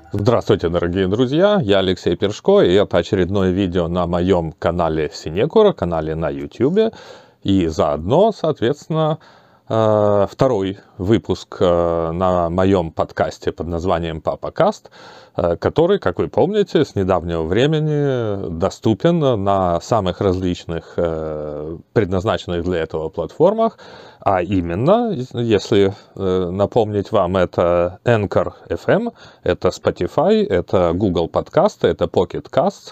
Здравствуйте, дорогие друзья, я Алексей Першко, и это очередное видео на моем канале Синекура, канале на YouTube, и заодно, соответственно, второй выпуск на моем подкасте под названием «Папакаст», который, как вы помните, с недавнего времени доступен на самых различных предназначенных для этого платформах, а именно, если напомнить вам, это Anchor FM, это Spotify, это Google Подкасты, это Pocket Casts,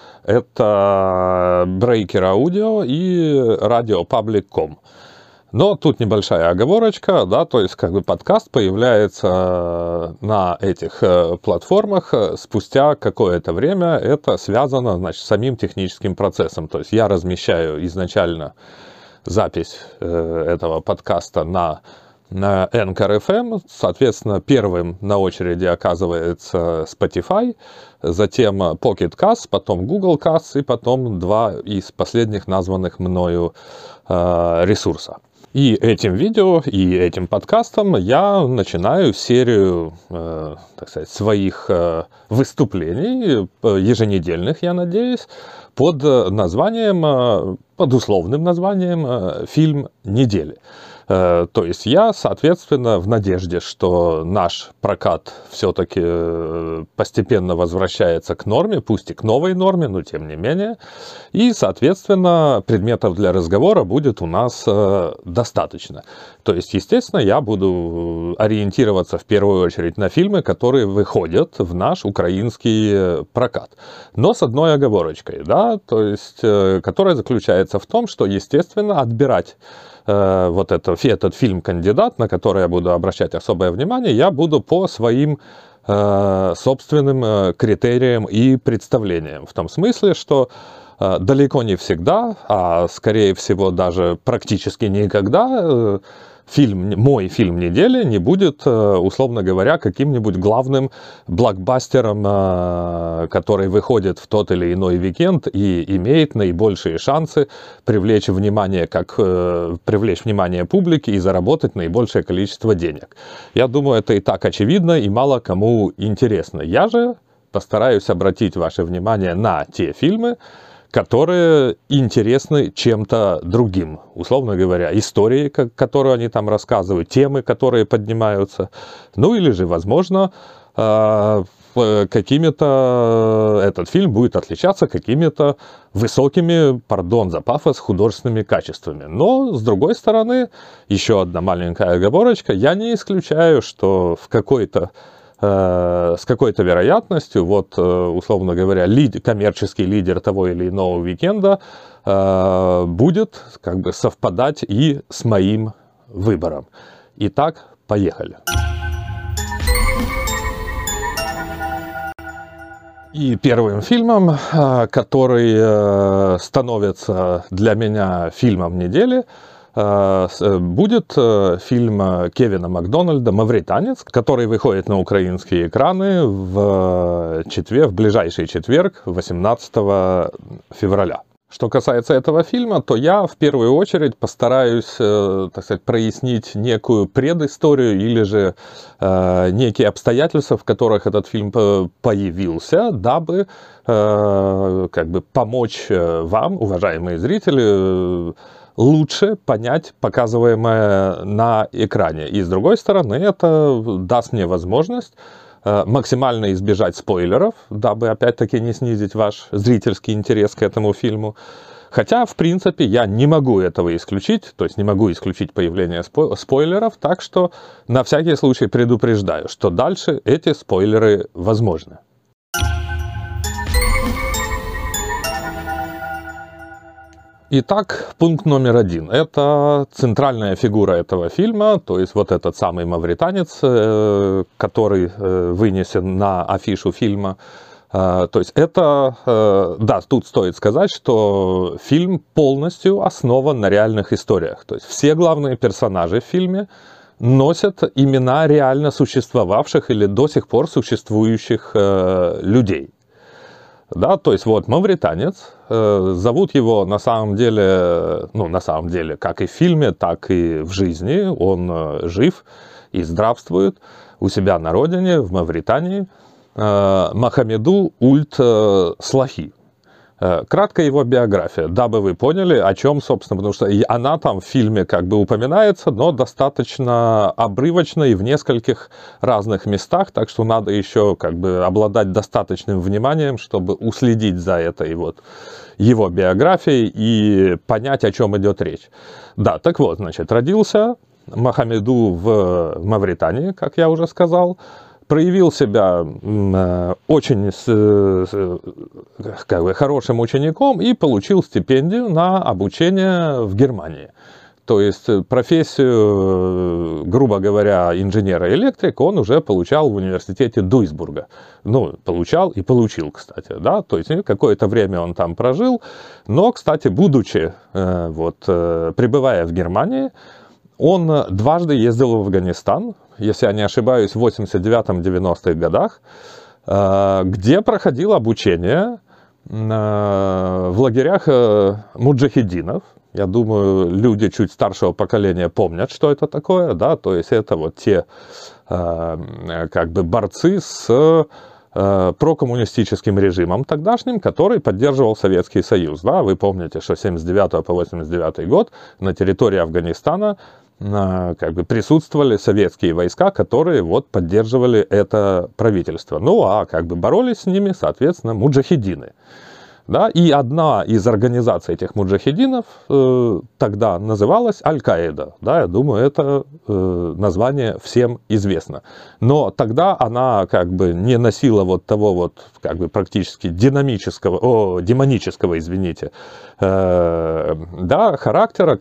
это Breaker Audio и RadioPublic.com. Но тут небольшая оговорочка, да, то есть как бы подкаст появляется на этих платформах спустя какое-то время. Это связано, значит, с самим техническим процессом. То есть я размещаю изначально запись этого подкаста на Anchor FM, соответственно, первым на очереди оказывается Spotify, затем Pocket Casts, потом Google Casts и потом два из последних названных мною ресурса. И этим видео, и этим подкастом я начинаю серию, так сказать, своих выступлений, еженедельных, я надеюсь, под названием, под условным названием «Фильм недели». То есть я, соответственно, в надежде, что наш прокат все-таки постепенно возвращается к норме, пусть и к новой норме, но тем не менее. И, соответственно, предметов для разговора будет у нас достаточно. То есть, естественно, я буду ориентироваться в первую очередь на фильмы, которые выходят в наш украинский прокат. Но с одной оговорочкой, да, то есть, которая заключается в том, что, естественно, отбирать вот этот фильм-кандидат, на который я буду обращать особое внимание, я буду по своим собственным критериям и представлениям. В том смысле, что далеко не всегда, а скорее всего даже практически никогда мой фильм недели не будет, условно говоря, каким-нибудь главным блокбастером, который выходит в тот или иной уикенд и имеет наибольшие шансы привлечь внимание публики и заработать наибольшее количество денег. Я думаю, это и так очевидно и мало кому интересно. Я же постараюсь обратить ваше внимание на те фильмы, которые интересны чем-то другим. Условно говоря, истории, которые они там рассказывают, темы, которые поднимаются. Ну или же, возможно, этот фильм будет отличаться какими-то высокими, пардон за пафос, художественными качествами. Но, с другой стороны, еще одна маленькая оговорочка. Я не исключаю, что с какой-то вероятностью, вот, условно говоря, коммерческий лидер того или иного уикенда будет как бы совпадать и с моим выбором. Итак, поехали. И первым фильмом, который становится для меня фильмом недели, будет фильм Кевина Макдональда «Мавританец», который выходит на украинские экраны в ближайший четверг, 18 февраля. Что касается этого фильма, то я в первую очередь постараюсь, так сказать, прояснить некую предысторию или же некие обстоятельства, в которых этот фильм появился, дабы как бы помочь вам, уважаемые зрители, лучше понять показываемое на экране. И с другой стороны, это даст мне возможность максимально избежать спойлеров, дабы опять-таки не снизить ваш зрительский интерес к этому фильму. Хотя, в принципе, я не могу этого исключить, то есть не могу исключить появление спойлеров, так что на всякий случай предупреждаю, что дальше эти спойлеры возможны. Итак, пункт номер 1. Это центральная фигура этого фильма, то есть вот этот самый мавританец, который вынесен на афишу фильма. То есть это, да, тут стоит сказать, что фильм полностью основан на реальных историях. То есть все главные персонажи в фильме носят имена реально существовавших или до сих пор существующих людей. Да, то есть вот мавританец, зовут его на самом деле, как и в фильме, так и в жизни, он жив и здравствует у себя на родине, в Мавритании. Мохаммеду Ульт Слахи. Краткая его биография, дабы вы поняли, о чем, собственно, потому что она там в фильме как бы упоминается, но достаточно обрывочно и в нескольких разных местах, так что надо еще как бы обладать достаточным вниманием, чтобы уследить за этой вот его биографией и понять, о чем идет речь. Да, так вот, значит, родился Мохаммеду в Мавритании, как я уже сказал. Проявил себя очень как бы, хорошим учеником и получил стипендию на обучение в Германии. То есть профессию, грубо говоря, инженера-электрика он уже получал в университете Дуйсбурга. Ну, получал и получил, кстати, да, то есть какое-то время он там прожил, но, кстати, будучи, пребывая в Германии, он дважды ездил в Афганистан, если я не ошибаюсь, в 89-90-х годах, где проходил обучение в лагерях муджахидинов. Я думаю, люди чуть старшего поколения помнят, что это такое, да, то есть это вот те как бы борцы с прокоммунистическим режимом тогдашним, который поддерживал Советский Союз. Да, вы помните, что с 79 по 89 год на территории Афганистана как бы присутствовали советские войска, которые вот поддерживали это правительство. Ну, а как бы боролись с ними, соответственно, муджахидины. Да, и одна из организаций этих муджахидинов тогда называлась Аль-Каида. Да, я думаю, это название всем известно. Но тогда она как бы не носила вот того вот как бы практически демонического, извините, да, характера,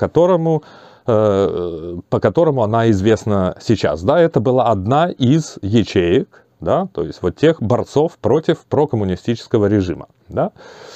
по которому она известна сейчас. Да, это была одна из ячеек, да, то есть вот тех борцов против прокоммунистического режима. Да.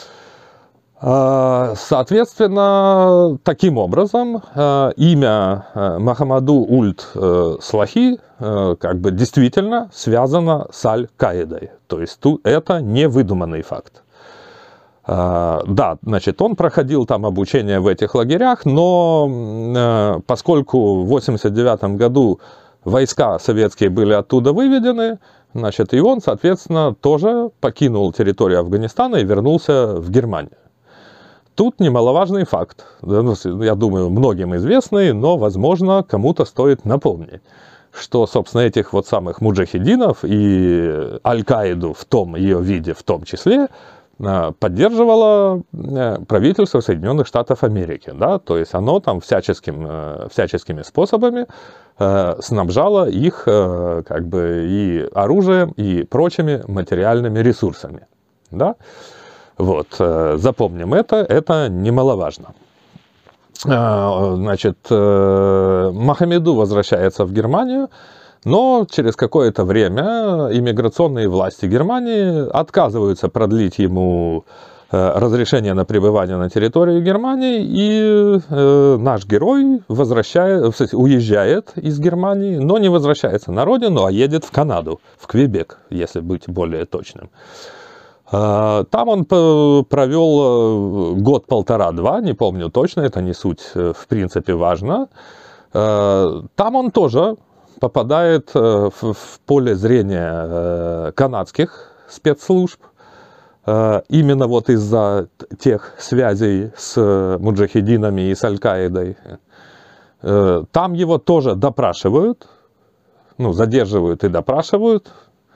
Соответственно, таким образом, имя Мохаммеду Ульт Слахи как бы действительно связано с Аль-Каидой. То есть это не выдуманный факт. Да, значит, он проходил там обучение в этих лагерях, но поскольку в 1989 году войска советские были оттуда выведены, значит, и он, соответственно, тоже покинул территорию Афганистана и вернулся в Германию. Тут немаловажный факт, я думаю, многим известный, но, возможно, кому-то стоит напомнить, что, собственно, этих вот самых муджахидинов и Аль-Каиду в том ее виде, в том числе, поддерживало правительство Соединенных Штатов Америки. Да? То есть оно там всяческими способами снабжало их как бы и оружием, и прочими материальными ресурсами. Да? Вот, запомним это немаловажно. Значит, Мохаммеду возвращается в Германию, но через какое-то время иммиграционные власти Германии отказываются продлить ему разрешение на пребывание на территории Германии, и наш герой уезжает из Германии, но не возвращается на родину, а едет в Канаду, в Квебек, если быть более точным. Там он провел год-полтора-два, не помню точно, это не суть, в принципе, важно. Там он тоже попадает в поле зрения канадских спецслужб, именно вот из-за тех связей с муджахидинами и с Аль-Каидой. Там его тоже допрашивают, ну, задерживают и допрашивают,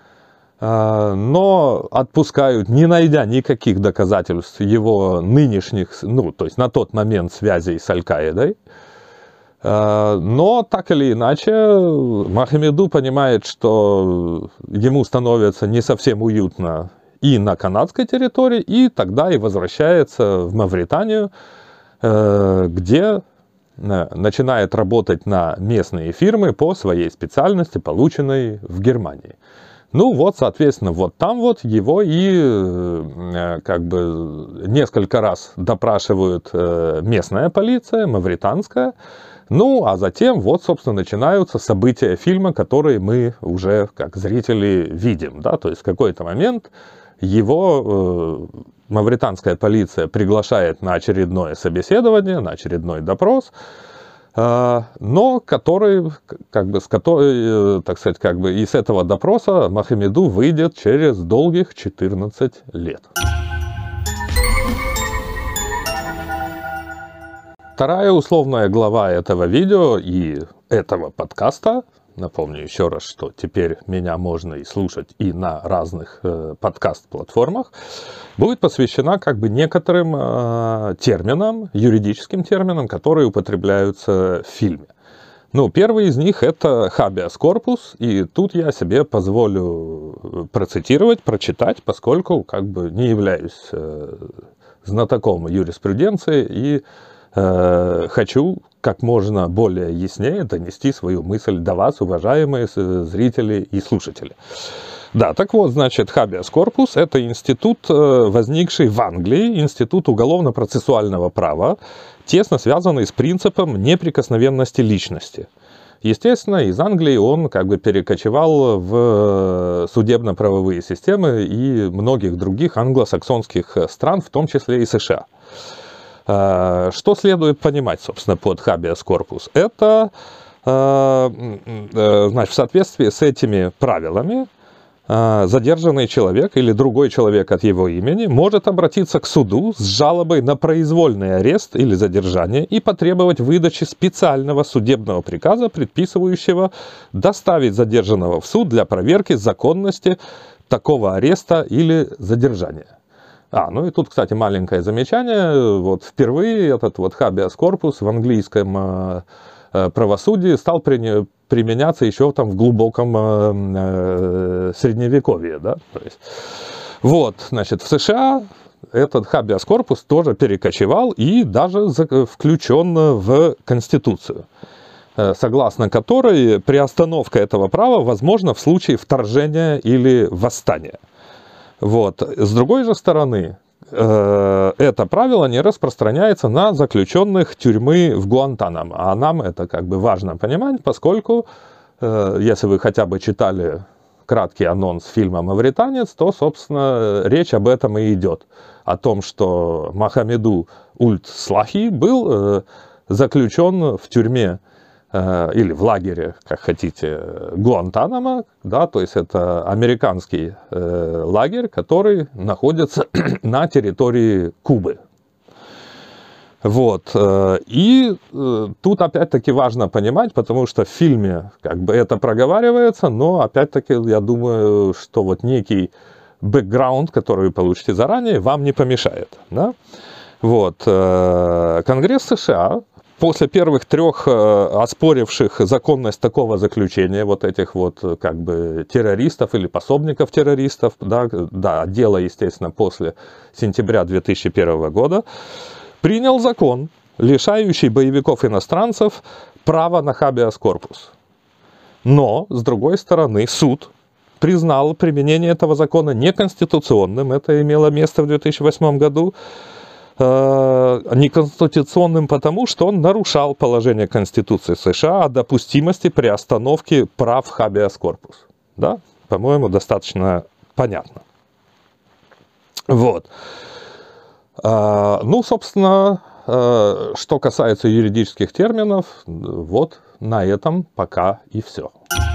но отпускают, не найдя никаких доказательств его нынешних, ну, то есть на тот момент связей с Аль-Каидой. Но так или иначе, Мохаммеду понимает, что ему становится не совсем уютно и на канадской территории, и тогда и возвращается в Мавританию, где начинает работать на местные фирмы по своей специальности, полученной в Германии. Ну вот, соответственно, вот там вот его и как бы несколько раз допрашивают местная полиция, мавританская. Ну, а затем вот, собственно, начинаются события фильма, которые мы уже как зрители видим. Да? То есть в какой-то момент его мавританская полиция приглашает на очередное собеседование, на очередной допрос. но который, так сказать, из этого допроса Мохаммеду выйдет через долгих 14 лет. Вторая условная глава этого видео и этого подкаста, напомню еще раз, что теперь меня можно и слушать и на разных подкаст-платформах, будет посвящена некоторым терминам, юридическим терминам, которые употребляются в фильме. Ну, первый из них это habeas corpus, и тут я себе позволю процитировать, прочитать, поскольку не являюсь знатоком юриспруденции и хочу как можно более яснее донести свою мысль до вас, уважаемые зрители и слушатели. Да, так вот, значит, habeas corpus – это институт, возникший в Англии, институт уголовно-процессуального права, тесно связанный с принципом неприкосновенности личности. Естественно, из Англии он перекочевал в судебно-правовые системы и многих других англосаксонских стран, в том числе и США. Что следует понимать, собственно, под habeas corpus? Это, значит, в соответствии с этими правилами задержанный человек или другой человек от его имени может обратиться к суду с жалобой на произвольный арест или задержание и потребовать выдачи специального судебного приказа, предписывающего доставить задержанного в суд для проверки законности такого ареста или задержания. Ну и тут, кстати, маленькое замечание. Вот впервые этот habeas corpus в английском правосудии стал применяться еще в глубоком средневековье. Да? То есть, значит, в США этот habeas corpus тоже перекочевал и даже включен в Конституцию, согласно которой приостановка этого права возможна в случае вторжения или восстания. С другой же стороны, это правило не распространяется на заключенных тюрьмы в Гуантанамо. А нам это важно понимать, поскольку, если вы хотя бы читали краткий анонс фильма «Мавританец», то, собственно, речь об этом и идет. О том, что Мохаммеду Ульт Слахи был заключен в тюрьме или в лагере, как хотите, Гуантанамо, да, то есть это американский лагерь, который находится на территории Кубы. И тут опять-таки важно понимать, потому что в фильме это проговаривается, но опять-таки я думаю, что некий бэкграунд, который вы получите заранее, вам не помешает. Да? Конгресс США после первых 3 оспоривших законность такого заключения этих террористов или пособников террористов, да, дело, естественно, после сентября 2001 года, принял закон, лишающий боевиков-иностранцев права на habeas corpus. Но, с другой стороны, суд признал применение этого закона неконституционным, это имело место в 2008 году, неконституционным потому, что он нарушал положение Конституции США о допустимости приостановки прав habeas corpus. Да? По-моему, достаточно понятно. Ну, собственно, что касается юридических терминов, на этом пока и все.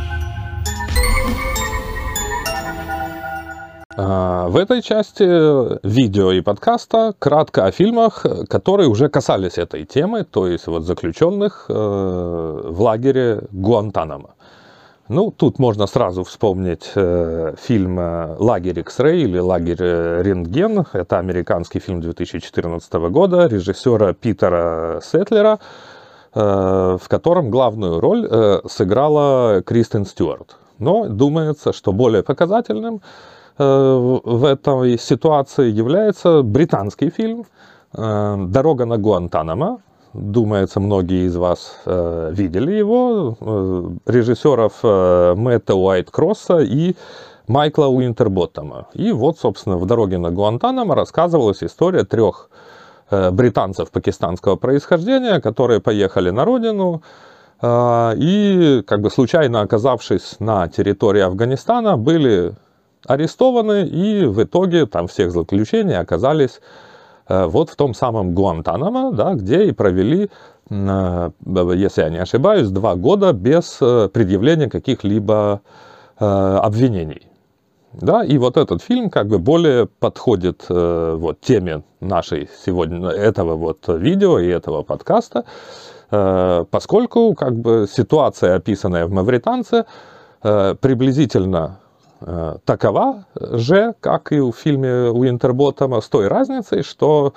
В этой части видео и подкаста кратко о фильмах, которые уже касались этой темы, то есть заключенных в лагере Гуантанамо. Ну, тут можно сразу вспомнить фильм «Лагерь X-Ray» или «Лагерь Рентген». Это американский фильм 2014 года режиссера Питера Сетлера, в котором главную роль сыграла Кристен Стюарт. Но думается, что более показательным в этой ситуации является британский фильм «Дорога на Гуантанамо». Думается, многие из вас видели его. Режиссеров Мэтта Уайт-Кросса и Майкла Уинтерботтома. И собственно, в «Дороге на Гуантанамо» рассказывалась история 3 британцев пакистанского происхождения, которые поехали на родину и, случайно оказавшись на территории Афганистана, были арестованы и в итоге всех заключений оказались в том самом Гуантанамо, да, где и провели если я не ошибаюсь, 2 года без предъявления каких-либо обвинений. Да, и вот этот фильм как бы более подходит вот теме нашей сегодня, этого вот видео и этого подкаста, поскольку как бы ситуация, описанная в «Мавританце», приблизительно такова же, как и в фильме Уинтерботтома, с той разницей, что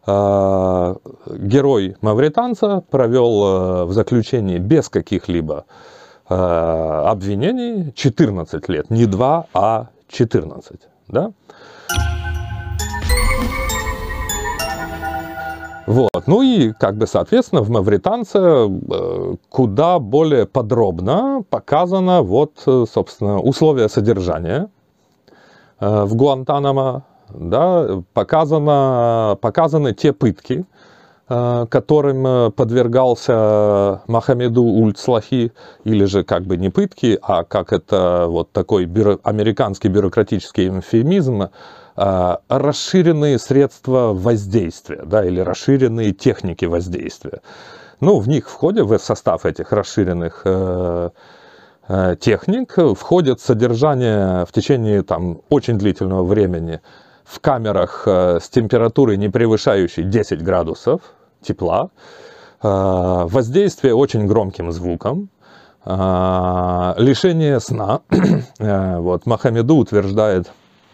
герой «Мавританца» провел в заключении без каких-либо обвинений 14 лет, не 2, а 14, да? Вот. Ну и, как бы, соответственно, в «Мавританце» куда более подробно показано, вот, собственно, условия содержания в Гуантанамо, да, показаны те пытки, которым подвергался Мохаммеду Ульт-Слахи, или же как бы не пытки, а как это вот такой американский бюрократический эвфемизм, расширенные средства воздействия, да, или расширенные техники воздействия. Ну, в них входит, в состав этих расширенных техник входит содержание в течение там очень длительного времени в камерах с температурой, не превышающей 10 градусов тепла, воздействие очень громким звуком, лишение сна. Вот Мохаммеду утверждает,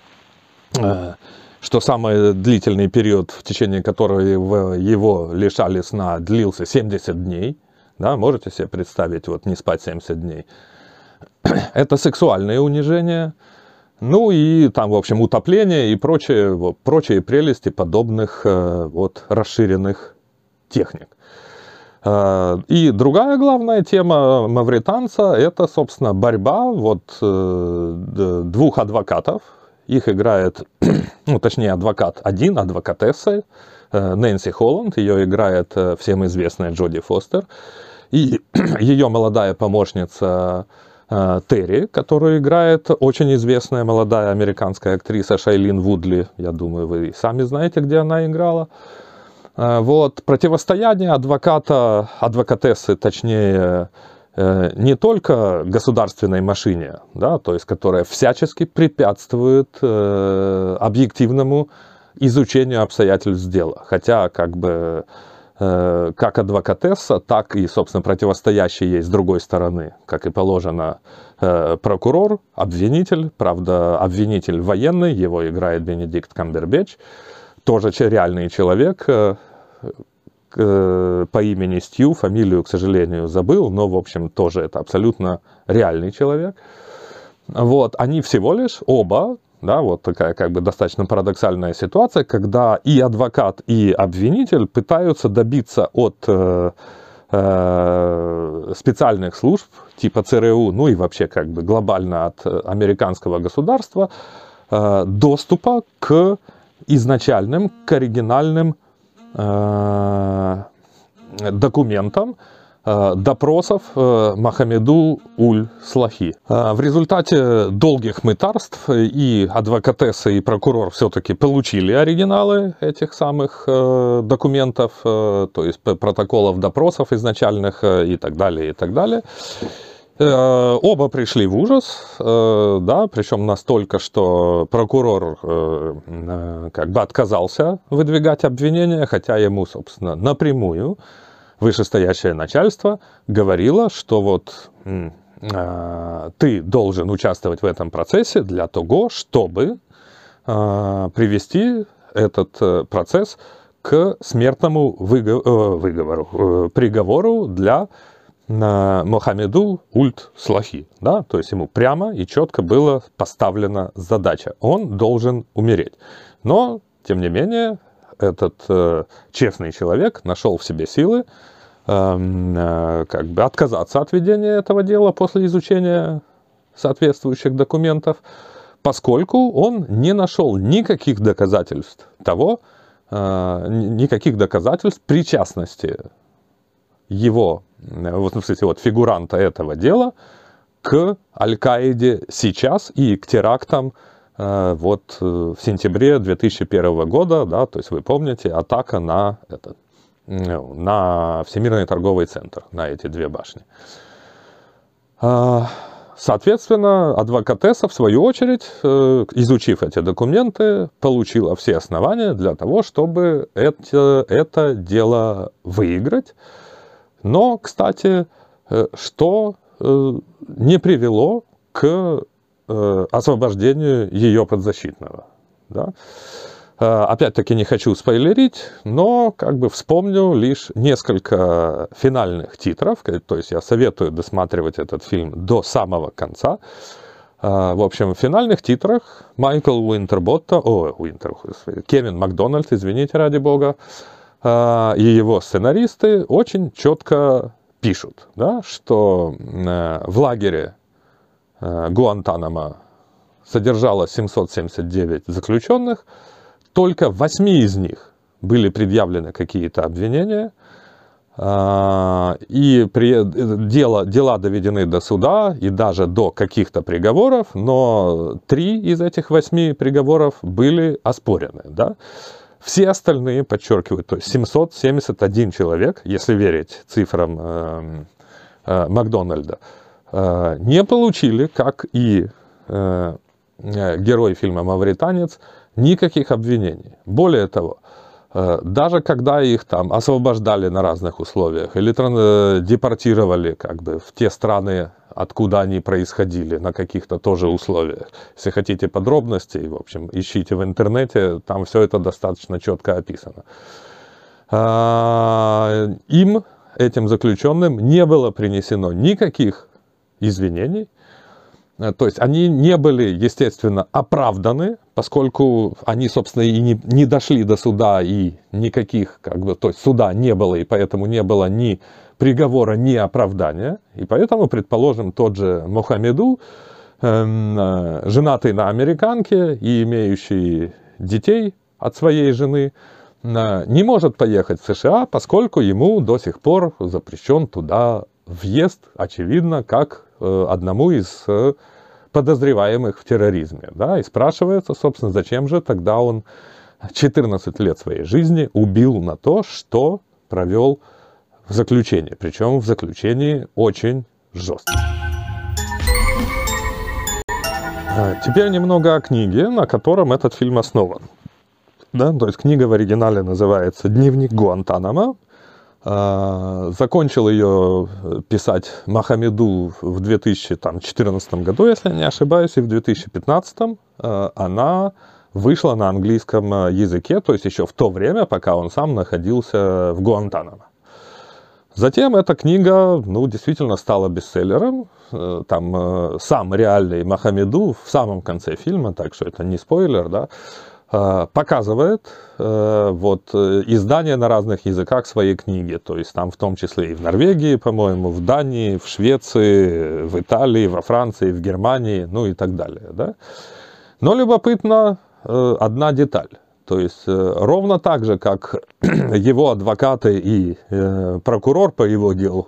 что самый длительный период, в течение которого его лишали сна, длился 70 дней. Да, можете себе представить, вот не спать 70 дней. Это сексуальное унижение. Ну и там, в общем, утопление и прочие прелести подобных вот расширенных техник. И другая главная тема «Мавританца» — это, собственно, борьба вот двух адвокатов. Их играет, ну, точнее, адвокатесса Нэнси Холланд, ее играет всем известная Джоди Фостер, и ее молодая помощница Терри, которую играет очень известная молодая американская актриса Шайлин Вудли. Я думаю, вы сами знаете, где она играла. Вот, противостояние адвокатессы, точнее, не только государственной машине, да, то есть, которая всячески препятствует объективному изучению обстоятельств дела. Хотя, как бы, как адвокатесса, так и, собственно, противостоящий ей с другой стороны, как и положено, прокурор, обвинитель. Правда, обвинитель военный, его играет Бенедикт Камбербэтч, тоже реальный человек, по имени Стью, фамилию, к сожалению, забыл, но, в общем, тоже это абсолютно реальный человек. Вот, они всего лишь оба, да, вот такая как бы достаточно парадоксальная ситуация, когда и адвокат, и обвинитель пытаются добиться от специальных служб типа ЦРУ, ну и вообще как бы глобально от американского государства доступа к изначальным, к оригинальным документам допросов Мохаммеду Уль-Слахи. В результате долгих мытарств и адвокатесса, и прокурор все-таки получили оригиналы этих самых документов, то есть протоколов допросов изначальных и так далее, и так далее. Оба пришли в ужас, да, причем настолько, что прокурор как бы отказался выдвигать обвинения, хотя ему, собственно, напрямую вышестоящее начальство говорило, что вот ты должен участвовать в этом процессе для того, чтобы привести этот процесс к смертному приговору для Мохаммеду Ульт-Слахи, да, то есть ему прямо и четко была поставлена задача, он должен умереть. Но, тем не менее, этот честный человек нашел в себе силы как бы отказаться от ведения этого дела после изучения соответствующих документов, поскольку он не нашел никаких доказательств никаких доказательств причастности его, в смысле, вот фигуранта этого дела, к Аль-Каиде сейчас и к терактам вот в сентябре 2001 года, да, то есть вы помните, атака на на Всемирный торговый центр, на эти две башни. Соответственно, адвокатесса, в свою очередь, изучив эти документы, получила все основания для того, чтобы это дело выиграть. Но, кстати, что не привело к освобождению ее подзащитного. Да? Опять-таки не хочу спойлерить, но как бы вспомню лишь несколько финальных титров, то есть я советую досматривать этот фильм до самого конца. В общем, в финальных титрах Кевин Макдональд, извините, ради бога, и его сценаристы очень четко пишут, да, что в лагере Гуантанамо содержалось 779 заключенных, только 8 из них были предъявлены какие-то обвинения, и дела доведены до суда и даже до каких-то приговоров, но 3 из этих 8 приговоров были оспорены. Да? Все остальные, подчеркиваю, то есть 771 человек, если верить цифрам Макдональда, не получили, как и герой фильма «Мавританец», никаких обвинений. Более того, даже когда их там освобождали на разных условиях или депортировали как бы в те страны, откуда они происходили, на каких-то тоже условиях. Если хотите подробностей, в общем, ищите в интернете, там все это достаточно четко описано. Им, этим заключенным, не было принесено никаких извинений. То есть они не были, естественно, оправданы, поскольку они, собственно, и не дошли до суда, и никаких, как бы, то есть суда не было, и поэтому не было ни приговора, ни оправдания. И поэтому, предположим, тот же Мохаммеду, женатый на американке и имеющий детей от своей жены, не может поехать в США, поскольку ему до сих пор запрещен туда въезд, очевидно, как одному из подозреваемых в терроризме. Да? И спрашивается, собственно, зачем же тогда он 14 лет своей жизни убил на то, что провел в заключении. Причем в заключении очень жестко. Теперь немного о книге, на котором этот фильм основан. Да? То есть книга в оригинале называется «Дневник Гуантанамо». Закончил ее писать Мохаммеду в 2014 году, если я не ошибаюсь, и в 2015 она вышла на английском языке, то есть еще в то время, пока он сам находился в Гуантанамо. Затем эта книга, ну, действительно стала бестселлером. Там сам реальный Мохаммеду в самом конце фильма, так что это не спойлер, да, показывает вот издание на разных языках своей книги. То есть там в том числе и в Норвегии, по-моему, в Дании, в Швеции, в Италии, во Франции, в Германии, ну и так далее. Да? Но любопытна одна деталь. То есть ровно так же, как его адвокаты и прокурор по его делу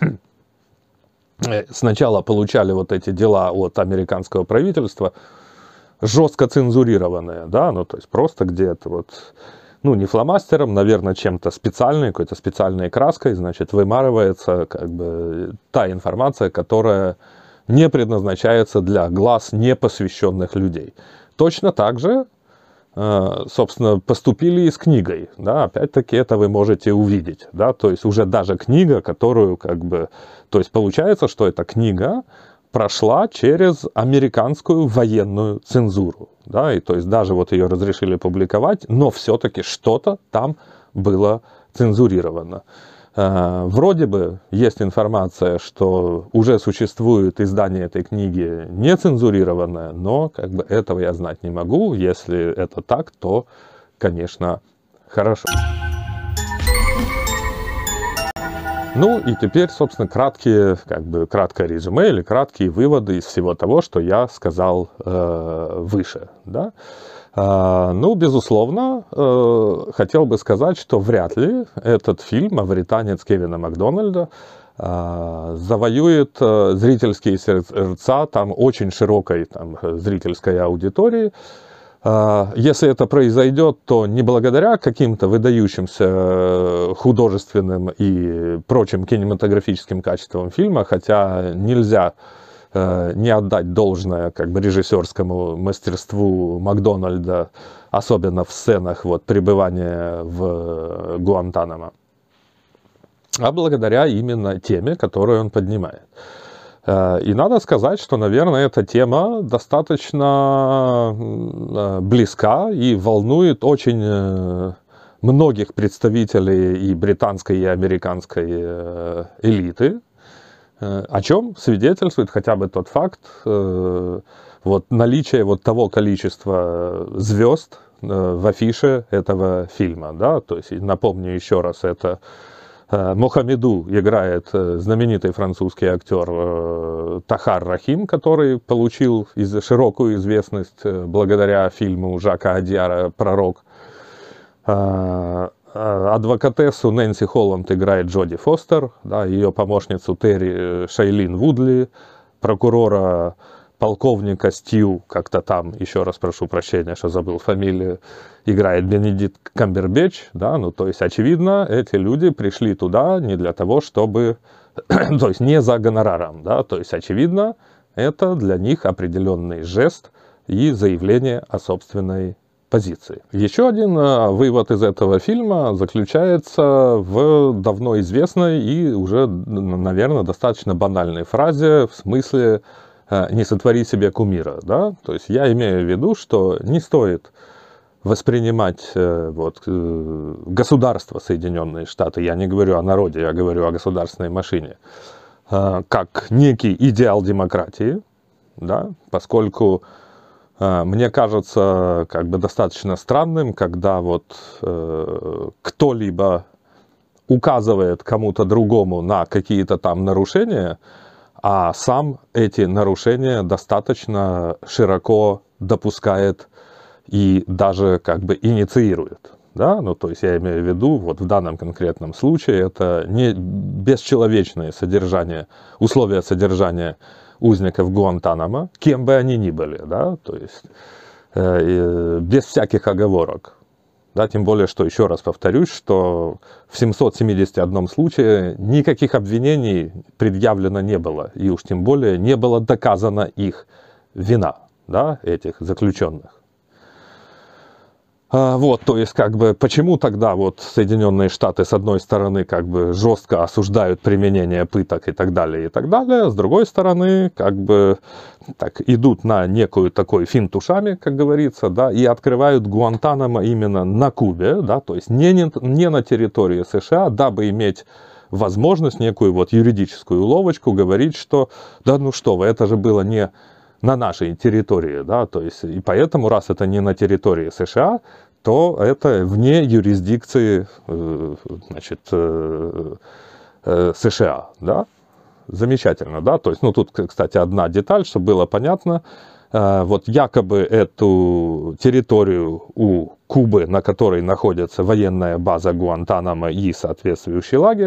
сначала получали вот эти дела от американского правительства, жестко цензурированные, да, ну, то есть просто где-то вот, ну, не фломастером, наверное, чем-то специальной, какой-то специальной краской, значит, вымарывается, как бы, та информация, которая не предназначается для глаз непосвященных людей. Точно так же, собственно, поступили и с книгой, да, опять-таки это вы можете увидеть, да, то есть уже даже книга, которую, как бы, то есть получается, что эта книга прошла через американскую военную цензуру, да, и то есть даже вот ее разрешили публиковать, но все-таки что-то там было цензурировано. Вроде бы есть информация, что уже существует издание этой книги нецензурированное, но как бы этого я знать не могу. Если это так, то, конечно, хорошо. Ну и теперь, собственно, краткое резюме или краткие выводы из всего того, что я сказал выше. Да? Ну, безусловно, хотел бы сказать, что вряд ли этот фильм «Мавританец» Кевина Макдональда завоюет зрительские сердца там очень широкой там, зрительской аудитории. Если это произойдет, то не благодаря каким-то выдающимся художественным и прочим кинематографическим качествам фильма, хотя нельзя не отдать должное как бы режиссерскому мастерству Макдональда, особенно в сценах вот, пребывания в Гуантанамо, а благодаря именно теме, которую он поднимает. И надо сказать, что, наверное, эта тема достаточно близка и волнует очень многих представителей и британской, и американской элиты, о чем свидетельствует хотя бы тот факт, вот, наличие вот того количества звезд в афише этого фильма. Да? То есть, напомню еще раз, это Мохаммеду играет знаменитый французский актер Тахар Рахим, который получил широкую известность благодаря фильму Жака Одиара «Пророк». Адвокатессу Нэнси Холланд играет Джоди Фостер, да, ее помощницу Терри Шейлин Вудли, прокурора полковника Стью, как-то там, еще раз прошу прощения, что забыл фамилию, играет Бенедикт Камбербэтч, да, ну, то есть, очевидно, эти люди пришли туда не для того, чтобы, то есть, не за гонораром, да, то есть, очевидно, это для них определенный жест и заявление о собственной позиции. Еще один вывод из этого фильма заключается в давно известной и уже, наверное, достаточно банальной фразе в смысле «не сотвори себе кумира». Да? То есть я имею в виду, что не стоит воспринимать вот, государство Соединенные Штаты, я не говорю о народе, я говорю о государственной машине, как некий идеал демократии, да? Поскольку мне кажется как бы достаточно странным, когда вот кто-либо указывает кому-то другому на какие-то там нарушения, а сам эти нарушения достаточно широко допускает и даже как бы инициирует. Да? Ну, то есть я имею в виду, вот в данном конкретном случае это не бесчеловечное содержание, условия содержания узников Гуантанамо, кем бы они ни были, да, то есть без всяких оговорок. Да, тем более, что, еще раз повторюсь, что в 771 случае никаких обвинений предъявлено не было, и уж тем более не было доказана их вина, да, этих заключенных. Вот, то есть, как бы, почему тогда вот Соединенные Штаты, с одной стороны, как бы, жестко осуждают применение пыток и так далее, а с другой стороны, как бы, так, идут на некую такой финт ушами, как говорится, да, и открывают Гуантанамо именно на Кубе, да, то есть, не на территории США, дабы иметь возможность, некую вот юридическую уловочку, говорить, что, да ну что вы, это же было не на нашей территории, да, то есть, и поэтому, раз это не на территории США, то это вне юрисдикции, значит, США, да, замечательно, да, то есть, ну, тут, кстати, одна деталь, чтобы было понятно, вот якобы эту территорию у Кубы, на которой находится военная база Гуантанамо и соответствующий лагерь,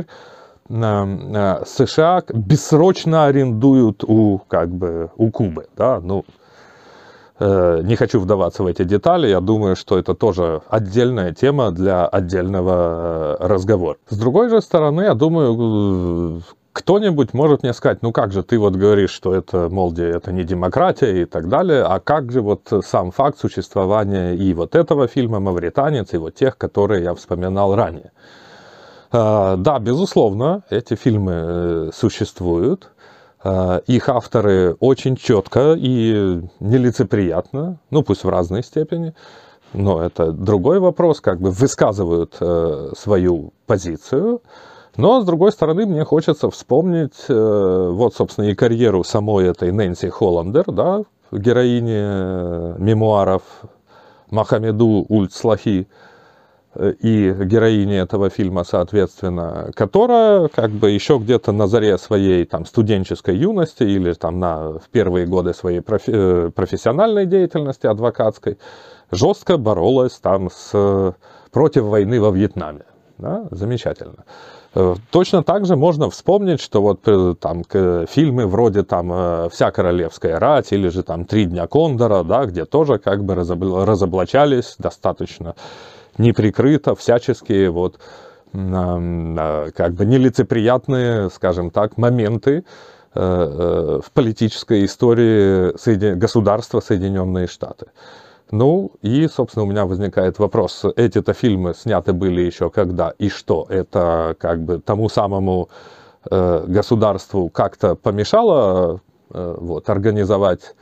США бессрочно арендуют у Кубы, да, ну, не хочу вдаваться в эти детали, я думаю, что это тоже отдельная тема для отдельного разговора. С другой же стороны, я думаю, кто-нибудь может мне сказать, ну как же ты вот говоришь, что это, мол, это не демократия и так далее, а как же вот сам факт существования и вот этого фильма «Мавританец», и вот тех, которые я вспоминал ранее. Да, безусловно, эти фильмы существуют. Их авторы очень четко и нелицеприятно, ну пусть в разной степени, но это другой вопрос, как бы высказывают свою позицию. Но, с другой стороны, мне хочется вспомнить, вот, собственно, и карьеру самой этой Нэнси Холландер, да, героини мемуаров Мохаммеду Ульт-Слахи, и героини этого фильма, соответственно, которая как бы еще где-то на заре своей там студенческой юности или там в первые годы своей профессиональной деятельности адвокатской жестко боролась там против войны во Вьетнаме. Да? Замечательно. Точно так же можно вспомнить, что вот там фильмы вроде там «Вся королевская рать» или же там «Три дня Кондора», да, где тоже как бы разоблачались достаточно неприкрыто всяческие вот как бы нелицеприятные, скажем так, моменты в политической истории государства Соединенные Штаты. Ну, и, собственно, у меня возникает вопрос, эти-то фильмы сняты были еще когда и что? Это как бы тому самому государству как-то помешало вот, организовать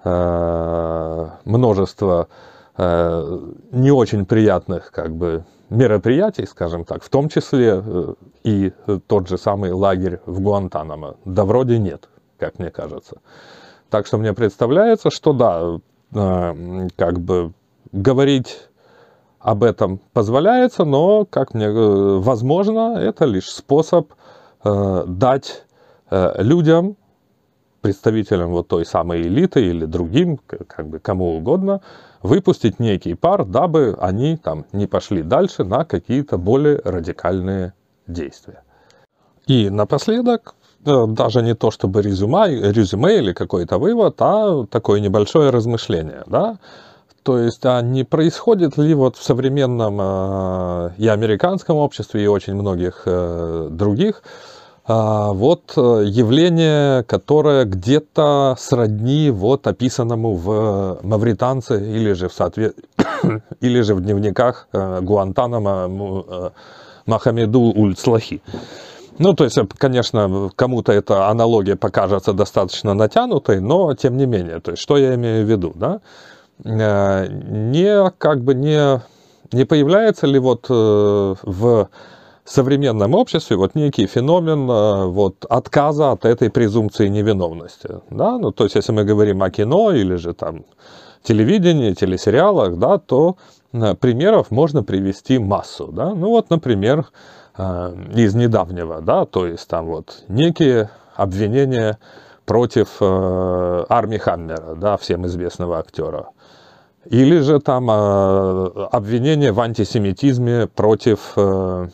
множество не очень приятных как бы мероприятий, скажем так, в том числе и тот же самый лагерь в Гуантанамо? Да вроде нет, как мне кажется. Так что мне представляется, что да, как бы говорить об этом позволяется, но, как мне возможно, это лишь способ дать людям, представителям вот той самой элиты или другим, как бы кому угодно, выпустить некий пар, дабы они там не пошли дальше на какие-то более радикальные действия. И напоследок, даже не то чтобы резюме или какой-то вывод, а такое небольшое размышление, да? То есть, а не происходит ли вот в современном и американском обществе, и очень многих других, вот явление, которое где-то сродни вот описанному в «Мавританце» или же в дневниках Гуантанамо Мохаммеду Уль-Слахи. Ну, то есть, конечно, кому-то эта аналогия покажется достаточно натянутой, но тем не менее, то есть, что я имею в виду, да? Не появляется ли вот в современном обществе вот некий феномен вот отказа от этой презумпции невиновности, да? Ну, то есть, если мы говорим о кино или же там телевидении, телесериалах, да, то примеров можно привести массу, да? Ну, вот, например, из недавнего, да, то есть там вот некие обвинения против Арми Хаммера, да, всем известного актера. Или же там обвинения в антисемитизме против, в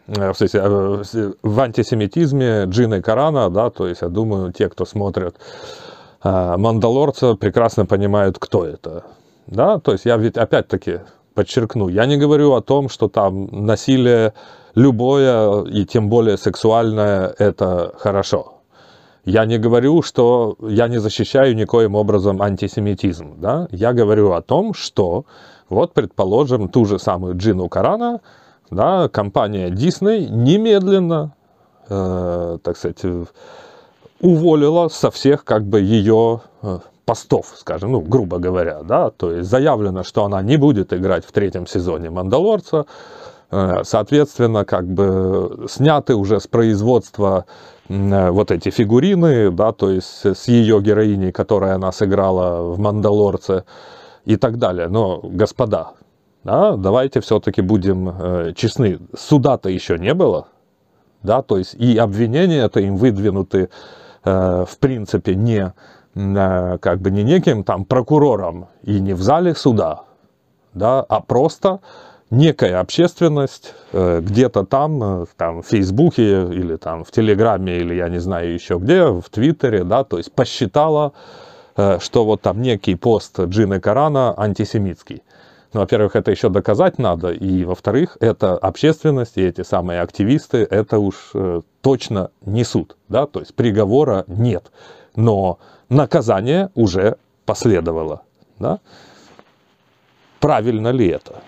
антисемитизме Джины Карана, да, то есть я думаю, те, кто смотрят «Мандалорца», прекрасно понимают, кто это, да, то есть я ведь опять-таки подчеркну, я не говорю о том, что там насилие любое, и тем более сексуальное, это хорошо. Я не говорю, что я не защищаю никоим образом антисемитизм. Да? Я говорю о том, что, вот, предположим, ту же самую Джину Карана, да, компания Disney немедленно, так сказать, уволила со всех как бы ее постов, скажем, ну, грубо говоря. Да? То есть заявлено, что она не будет играть в 3-м сезоне «Мандалорца». Соответственно, как бы сняты уже с производства вот эти фигурины, да, то есть с ее героиней, которая она сыграла в «Мандалорце» и так далее. Но, господа, да, давайте все-таки будем честны, суда-то еще не было, да, то есть и обвинения-то им выдвинуты, в принципе, не как бы не неким там прокурором и не в зале суда, да, а просто некая общественность где-то там в Фейсбуке или там в Телеграме или я не знаю еще где, в Твиттере, да, то есть посчитала, что вот там некий пост Джины Карана антисемитский. Ну, во-первых, это еще доказать надо, и во-вторых, это общественность и эти самые активисты, это уж точно не суд, да, то есть приговора нет, но наказание уже последовало, да. Правильно ли это?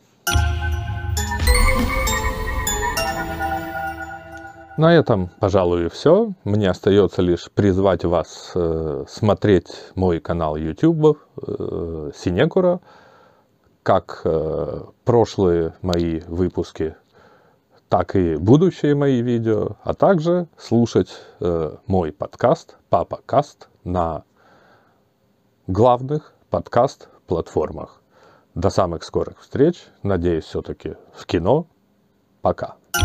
На этом, пожалуй, и все. Мне остается лишь призвать вас смотреть мой канал YouTube Синекура, как прошлые мои выпуски, так и будущие мои видео, а также слушать мой подкаст «Папа-каст» на главных подкаст-платформах. До самых скорых встреч. Надеюсь, все-таки в кино. Пока.